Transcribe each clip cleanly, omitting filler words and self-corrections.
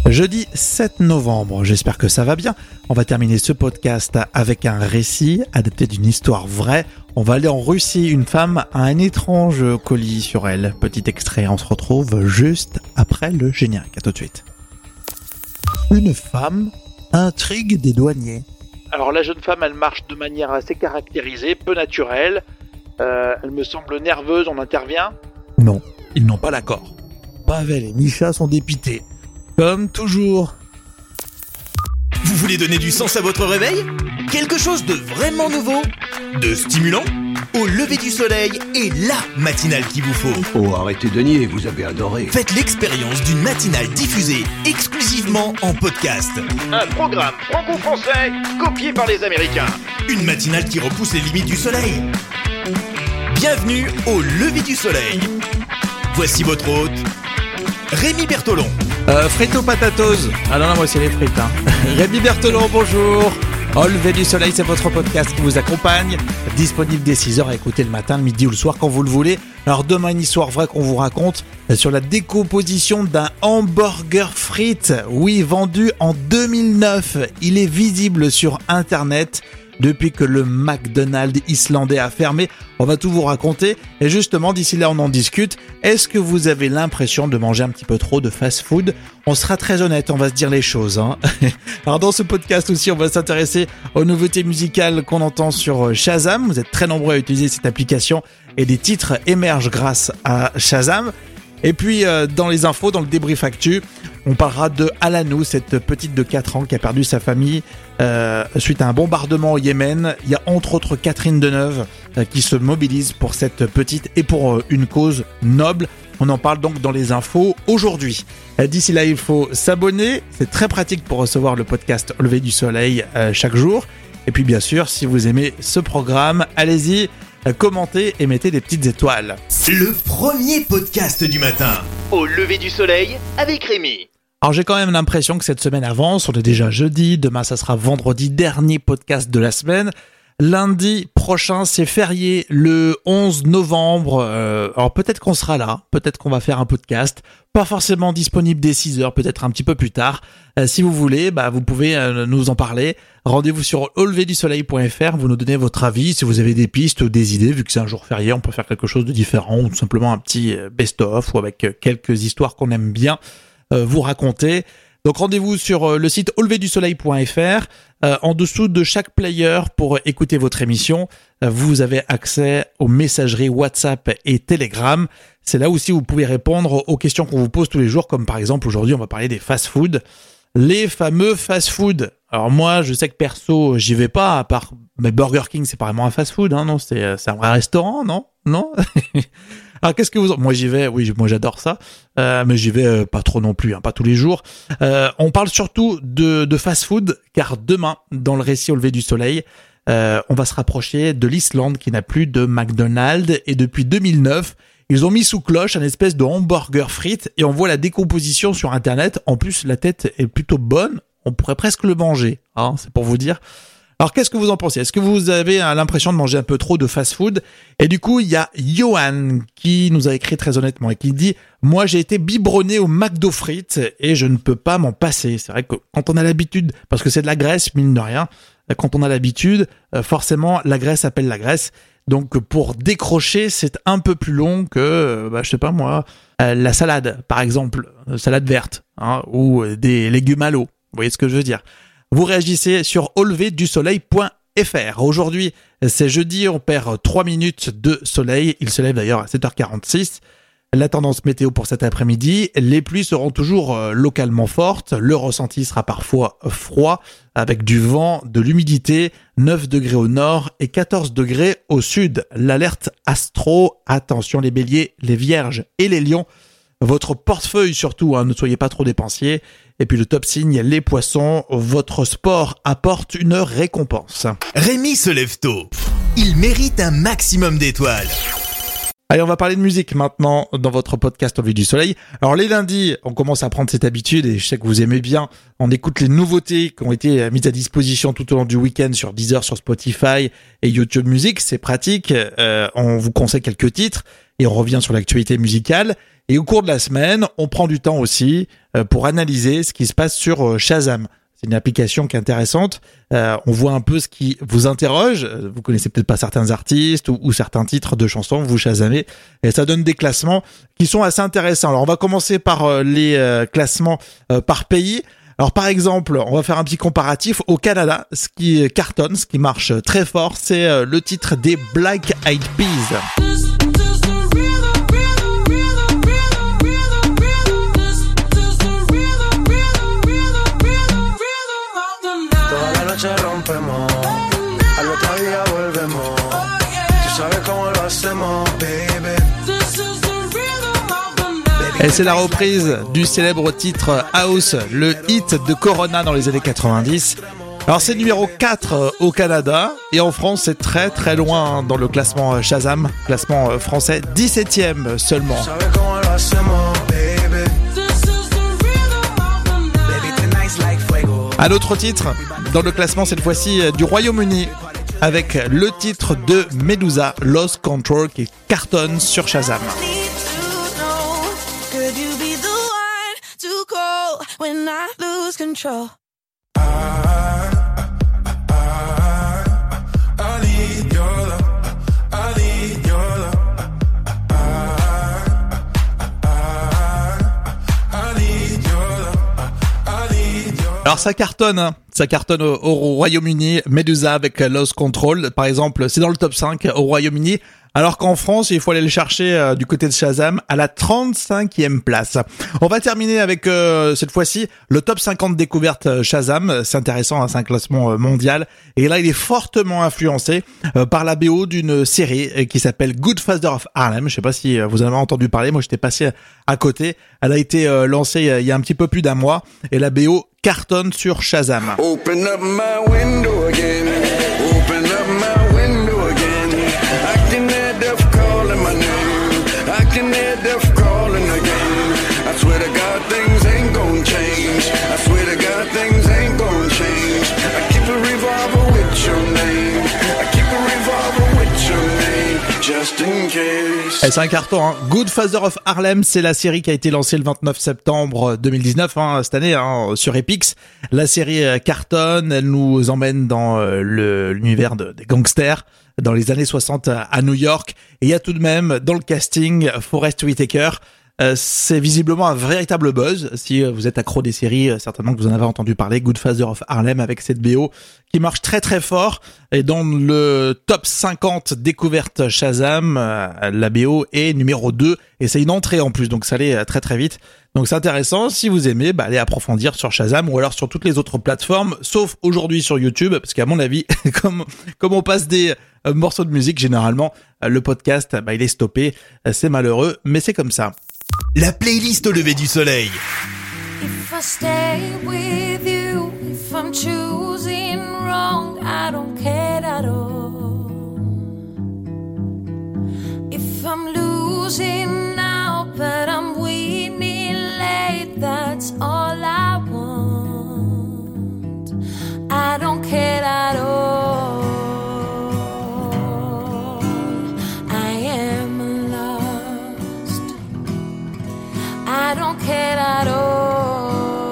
Jeudi 7 novembre, j'espère que ça va bien. On va terminer ce podcast avec un récit adapté d'une histoire vraie. On va aller en Russie, une femme a un étrange colis sur elle. Petit extrait, on se retrouve juste après le générique. À tout de suite. Une femme intrigue des douaniers. Alors la jeune femme, elle marche de manière assez caractérisée, peu naturelle. Elle me semble nerveuse, on intervient. Non, ils n'ont pas l'accord. Pavel et Misha sont dépités. Comme toujours. Vous voulez donner du sens à votre réveil ? Quelque chose de vraiment nouveau ? De stimulant ? Au lever du soleil est la matinale qu'il vous faut. Oh, arrêtez de nier, vous avez adoré. Faites l'expérience d'une matinale diffusée exclusivement en podcast. Un programme franco-français copié par les Américains. Une matinale qui repousse les limites du soleil. Bienvenue au lever du soleil. Voici votre hôte, Rémi Bertolon. Frites aux patatos. Ah non, moi c'est les frites. Rémi Bertolon, bonjour. Au lever du soleil, c'est votre podcast qui vous accompagne. Disponible dès 6h à écouter le matin, le midi ou le soir quand vous le voulez. Alors demain, une histoire vraie qu'on vous raconte sur la décomposition d'un hamburger frites. Oui, vendu en 2009. Il est visible sur Internet. Depuis que le McDonald's islandais a fermé, on va tout vous raconter. Et justement, d'ici là, on en discute. Est-ce que vous avez l'impression de manger un petit peu trop de fast-food ? On sera très honnête, on va se dire les choses. Alors dans ce podcast aussi, on va s'intéresser aux nouveautés musicales qu'on entend sur Shazam. Vous êtes très nombreux à utiliser cette application et des titres émergent grâce à Shazam. Et puis dans les infos, dans le débrief actu, on parlera de Alanou, cette petite de 4 ans qui a perdu sa famille suite à un bombardement au Yémen. Il y a entre autres Catherine Deneuve qui se mobilise pour cette petite et pour une cause noble. On en parle donc dans les infos aujourd'hui. D'ici là, il faut s'abonner. C'est très pratique pour recevoir le podcast Au lever du soleil chaque jour. Et puis bien sûr, si vous aimez ce programme, allez-y, commentez et mettez des petites étoiles. Le premier podcast du matin. Au lever du soleil avec Rémi. Alors j'ai quand même l'impression que cette semaine avance, on est déjà jeudi, demain ça sera vendredi, dernier podcast de la semaine. Lundi prochain c'est férié, le 11 novembre, alors peut-être qu'on sera là, peut-être qu'on va faire un podcast, pas forcément disponible dès 6h, peut-être un petit peu plus tard. Si vous voulez, vous pouvez nous en parler. Rendez-vous sur auleverdusoleil.fr, vous nous donnez votre avis, si vous avez des pistes ou des idées, vu que c'est un jour férié, on peut faire quelque chose de différent, ou tout simplement un petit best-of, ou avec quelques histoires qu'on aime bien vous raconter. Donc rendez-vous sur le site auleverdusoleil.fr. En dessous de chaque player pour écouter votre émission, vous avez accès aux messageries WhatsApp et Telegram. C'est là aussi où vous pouvez répondre aux questions qu'on vous pose tous les jours, comme par exemple aujourd'hui on va parler des fast-food. Les fameux fast-food. Alors moi je sais que perso j'y vais pas, à part mais Burger King c'est pas vraiment un fast-food, non, c'est un vrai restaurant, non. Alors qu'est-ce que vous... Moi j'y vais, oui, moi j'adore ça, mais j'y vais pas trop non plus, pas tous les jours. On parle surtout de fast-food, car demain, dans le récit au lever du soleil, on va se rapprocher de l'Islande qui n'a plus de McDonald's, et depuis 2009, ils ont mis sous cloche un espèce de hamburger frites, et on voit la décomposition sur Internet. En plus, la tête est plutôt bonne, on pourrait presque le manger, c'est pour vous dire. Alors, qu'est-ce que vous en pensez ? Est-ce que vous avez l'impression de manger un peu trop de fast-food ? Et du coup, il y a Johan qui nous a écrit très honnêtement et qui dit « Moi, j'ai été biberonné au McDo frites et je ne peux pas m'en passer. » C'est vrai que quand on a l'habitude, parce que c'est de la graisse, mine de rien, quand on a l'habitude, forcément, la graisse appelle la graisse. Donc, pour décrocher, c'est un peu plus long que, je sais pas moi, la salade, par exemple, salade verte, ou des légumes à l'eau. Vous voyez ce que je veux dire ? Vous réagissez sur auleverdusoleil.fr. Aujourd'hui, c'est jeudi, on perd 3 minutes de soleil. Il se lève d'ailleurs à 7h46. La tendance météo pour cet après-midi, les pluies seront toujours localement fortes. Le ressenti sera parfois froid, avec du vent, de l'humidité, 9 degrés au nord et 14 degrés au sud. L'alerte astro, attention les béliers, les vierges et les lions. Votre portefeuille surtout, ne soyez pas trop dépensiers. Et puis le top signe, les poissons, votre sport apporte une récompense. Rémi se lève tôt. Il mérite un maximum d'étoiles. Allez, on va parler de musique maintenant dans votre podcast Au lever du soleil. Alors les lundis, on commence à prendre cette habitude et je sais que vous aimez bien. On écoute les nouveautés qui ont été mises à disposition tout au long du week-end sur Deezer, sur Spotify et YouTube Music. C'est pratique. On vous conseille quelques titres et on revient sur l'actualité musicale. Et au cours de la semaine, on prend du temps aussi pour analyser ce qui se passe sur Shazam. C'est une application qui est intéressante. On voit un peu ce qui vous interroge. Vous connaissez peut-être pas certains artistes ou certains titres de chansons, vous Shazamez. Et ça donne des classements qui sont assez intéressants. Alors, on va commencer par les classements par pays. Alors, par exemple, on va faire un petit comparatif. Au Canada, ce qui cartonne, ce qui marche très fort, c'est le titre des Black Eyed Peas. Et c'est la reprise du célèbre titre House, le hit de Corona dans les années 90. Alors c'est numéro 4 au Canada et en France c'est très très loin dans le classement Shazam, classement français, 17e seulement. Un autre titre dans le classement cette fois-ci du Royaume-Uni avec le titre de Medusa, Lost Control qui cartonne sur Shazam. When I lose control. Alors ça cartonne, hein. Ça cartonne au Royaume-Uni, Medusa avec Lost Control, par exemple, c'est dans le top 5 au Royaume-Uni, alors qu'en France, il faut aller le chercher du côté de Shazam à la 35e place. On va terminer avec cette fois-ci le top 50 découvertes Shazam, c'est intéressant, hein, c'est un classement mondial, et là il est fortement influencé par la BO d'une série qui s'appelle Godfather of Harlem, je sais pas si vous en avez entendu parler, moi j'étais passé à côté, elle a été lancée il y a un petit peu plus d'un mois, et la BO cartonne sur Shazam. Open up my window again. Open up my window again. I can hear death calling my name. I can hear death calling again. I swear to God things ain't gonna change. I swear to God things ain't gonna change. I keep a revolver with your name. I keep a revolver with your name. Just in case. Et c'est un carton, hein. Godfather of Harlem, c'est la série qui a été lancée le 29 septembre 2019, hein, cette année, hein, sur Epix. La série cartonne, elle nous emmène dans l'univers des gangsters, dans les années 60 à New York. Et il y a tout de même, dans le casting, Forest Whitaker. C'est visiblement un véritable buzz. Si vous êtes accro des séries, certainement que vous en avez entendu parler. Godfather of Harlem avec cette BO qui marche très très fort. Et dans le top 50 découvertes Shazam, la BO est numéro 2 et c'est une entrée en plus, donc ça allait très très vite. Donc c'est intéressant, si vous aimez, allez approfondir sur Shazam ou alors sur toutes les autres plateformes, sauf aujourd'hui sur YouTube, parce qu'à mon avis, comme on passe des morceaux de musique, généralement, le podcast, il est stoppé. C'est malheureux, mais c'est comme ça. La playlist au lever du soleil. If I stay with you, if I'm choosing wrong, I don't care at all. If I'm losing now, but I'm winning late, that's all I want. I don't care at all. I am lost. I don't care at all.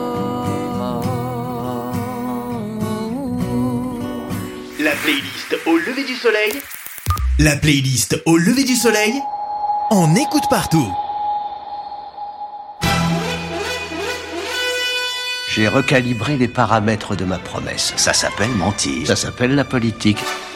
La playlist au lever du soleil. La playlist au lever du soleil. On écoute partout. J'ai recalibré les paramètres de ma promesse. Ça s'appelle mentir. Ça s'appelle la politique.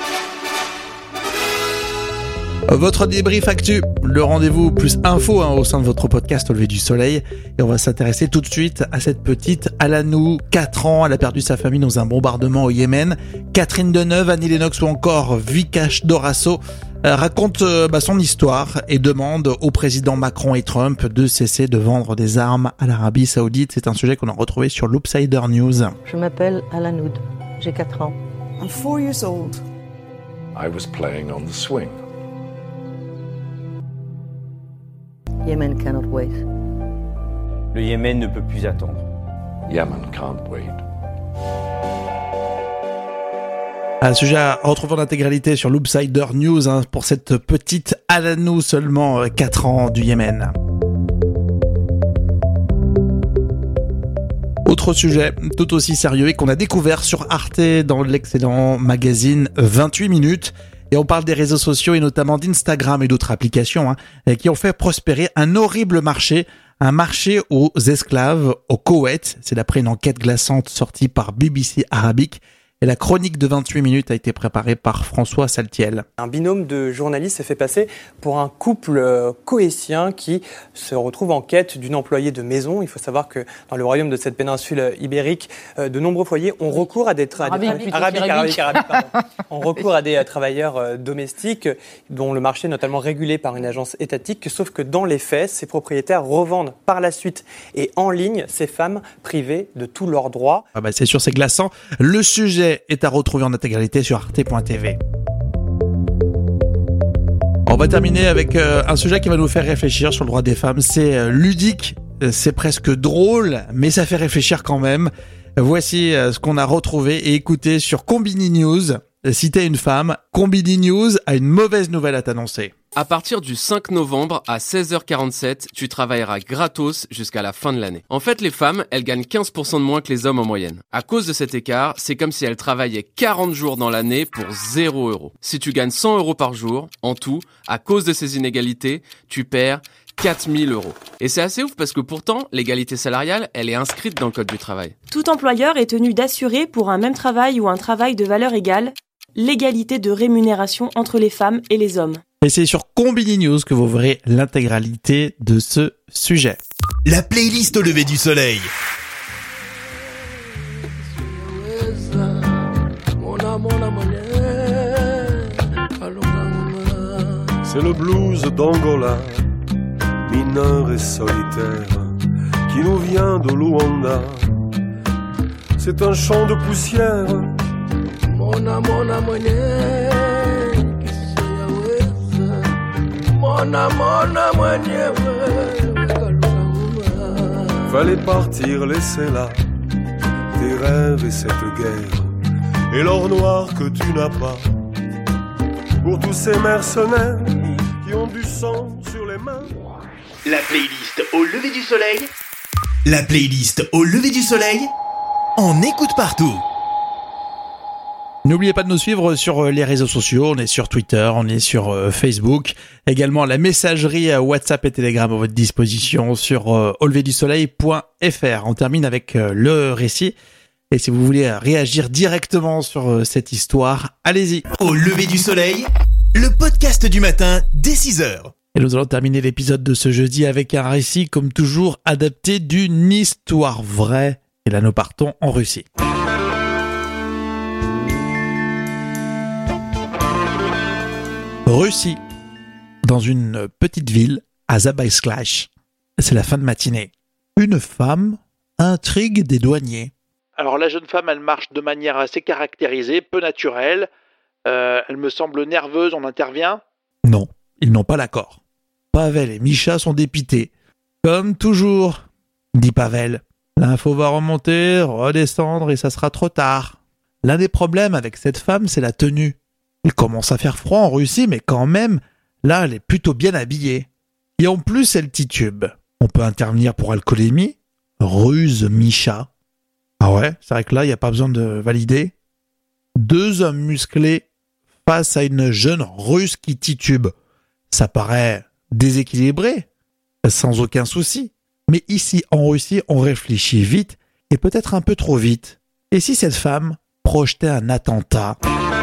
Votre débrief actu, le rendez-vous plus info au sein de votre podcast au lever du soleil. Et on va s'intéresser tout de suite à cette petite Alanou, 4 ans, elle a perdu sa famille dans un bombardement au Yémen. Catherine Deneuve, Annie Lennox ou encore Vikash Dorasso raconte son histoire et demande au président Macron et Trump de cesser de vendre des armes à l'Arabie Saoudite. C'est un sujet qu'on a retrouvé sur Loopsider News. Je m'appelle Alanoud, j'ai 4 ans. I'm 4 years old. I was playing on the swing. Yemen cannot wait. Le Yémen ne peut plus attendre. Yemen can't wait. Un sujet à retrouver en intégralité sur Loopsider News pour cette petite Alanou, seulement 4 ans du Yémen. Autre sujet tout aussi sérieux et qu'on a découvert sur Arte dans l'excellent magazine 28 minutes. Et on parle des réseaux sociaux et notamment d'Instagram et d'autres applications qui ont fait prospérer un horrible marché, un marché aux esclaves au Koweït. C'est d'après une enquête glaçante sortie par BBC Arabique. Et la chronique de 28 minutes a été préparée par François Saltiel. Un binôme de journalistes s'est fait passer pour un couple koweïtien qui se retrouve en quête d'une employée de maison. Il faut savoir que dans le royaume de cette péninsule ibérique, de nombreux foyers ont recours à des travailleurs domestiques dont le marché est notamment régulé par une agence étatique. Sauf que dans les faits, ces propriétaires revendent par la suite et en ligne ces femmes privées de tous leurs droits. C'est sûr, c'est glaçant. Le sujet est à retrouver en intégralité sur arte.tv. On va terminer avec un sujet qui va nous faire réfléchir sur le droit des femmes. C'est ludique, c'est presque drôle, mais ça fait réfléchir quand même. Voici ce qu'on a retrouvé et écouté sur Combini News. Si t'es une femme, Combini News a une mauvaise nouvelle à t'annoncer. À partir du 5 novembre à 16h47, tu travailleras gratos jusqu'à la fin de l'année. En fait, les femmes, elles gagnent 15% de moins que les hommes en moyenne. À cause de cet écart, c'est comme si elles travaillaient 40 jours dans l'année pour 0 €. Si tu gagnes 100 € par jour, en tout, à cause de ces inégalités, tu perds 4 000 €. Et c'est assez ouf parce que pourtant, l'égalité salariale, elle est inscrite dans le code du travail. Tout employeur est tenu d'assurer pour un même travail ou un travail de valeur égale, l'égalité de rémunération entre les femmes et les hommes. Et c'est sur Combini News que vous verrez l'intégralité de ce sujet. La playlist au lever du soleil. C'est le blues d'Angola, mineur et solitaire, qui nous vient de Luanda. C'est un champ de poussière. Fallait partir, laisser là tes rêves et cette guerre et l'or noir que tu n'as pas. Pour tous ces mercenaires qui ont du sang sur les mains. La playlist au lever du soleil. La playlist au lever du soleil. On écoute partout. N'oubliez pas de nous suivre sur les réseaux sociaux, on est sur Twitter, on est sur Facebook, également la messagerie WhatsApp et Telegram à votre disposition sur auleverdusoleil.fr. On termine avec le récit et si vous voulez réagir directement sur cette histoire, allez-y. Au lever du soleil, le podcast du matin dès 6h. Et nous allons terminer l'épisode de ce jeudi avec un récit comme toujours adapté d'une histoire vraie. Et là nous partons en Russie. Russie, dans une petite ville, à Zabaïsklach. C'est la fin de matinée. Une femme intrigue des douaniers. Alors la jeune femme, elle marche de manière assez caractérisée, peu naturelle. Elle me semble nerveuse, on intervient. Non, ils n'ont pas l'accord. Pavel et Misha sont dépités. Comme toujours, dit Pavel. L'info va remonter, redescendre et ça sera trop tard. L'un des problèmes avec cette femme, c'est la tenue. Il commence à faire froid en Russie, mais quand même, là, elle est plutôt bien habillée. Et en plus, elle titube. On peut intervenir pour alcoolémie. Ruse Misha. Ah ouais, c'est vrai que là, il n'y a pas besoin de valider. 2 hommes musclés face à une jeune Russe qui titube. Ça paraît déséquilibré, sans aucun souci. Mais ici, en Russie, on réfléchit vite et peut-être un peu trop vite. Et si cette femme projetait un attentat ?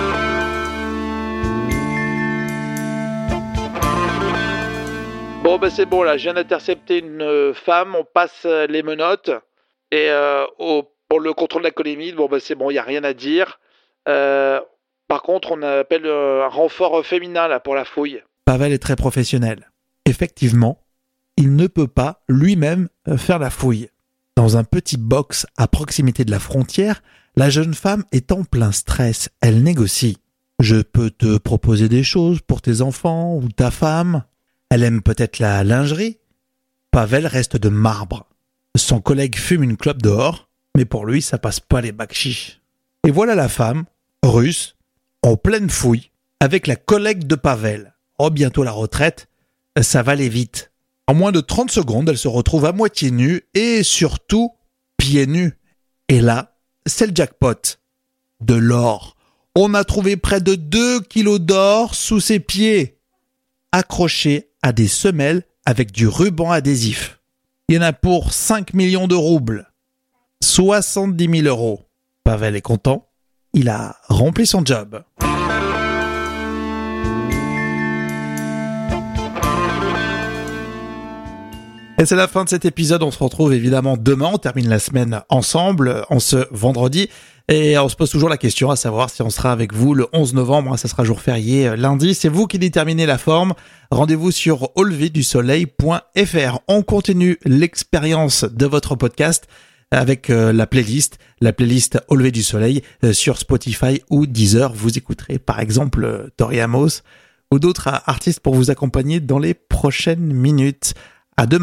Bon, c'est bon, là, je viens d'intercepter une femme, on passe les menottes, et pour le contrôle de l'alcoolémie, c'est bon, il n'y a rien à dire. Par contre, on appelle un renfort féminin là pour la fouille. Pavel est très professionnel. Effectivement, il ne peut pas lui-même faire la fouille. Dans un petit box à proximité de la frontière, la jeune femme est en plein stress. Elle négocie. Je peux te proposer des choses pour tes enfants ou ta femme. Elle aime peut-être la lingerie. Pavel reste de marbre. Son collègue fume une clope dehors, mais pour lui, ça passe pas les bakchiches. Et voilà la femme, russe, en pleine fouille, avec la collègue de Pavel. Oh, bientôt la retraite, ça va aller vite. En moins de 30 secondes, elle se retrouve à moitié nue et surtout pieds nus. Et là, c'est le jackpot. De l'or. On a trouvé près de 2 kilos d'or sous ses pieds, accrochés à des semelles avec du ruban adhésif. Il y en a pour 5 millions de roubles, 70 000 euros. Pavel est content, il a rempli son job. Et c'est la fin de cet épisode, on se retrouve évidemment demain, on termine la semaine ensemble, en ce vendredi. Et on se pose toujours la question à savoir si on sera avec vous le 11 novembre, ça sera jour férié lundi. C'est vous qui déterminez la forme. Rendez-vous sur auleverdusoleil.fr. On continue l'expérience de votre podcast avec la playlist Au lever du soleil sur Spotify ou Deezer. Vous écouterez par exemple Tori Amos ou d'autres artistes pour vous accompagner dans les prochaines minutes. À demain.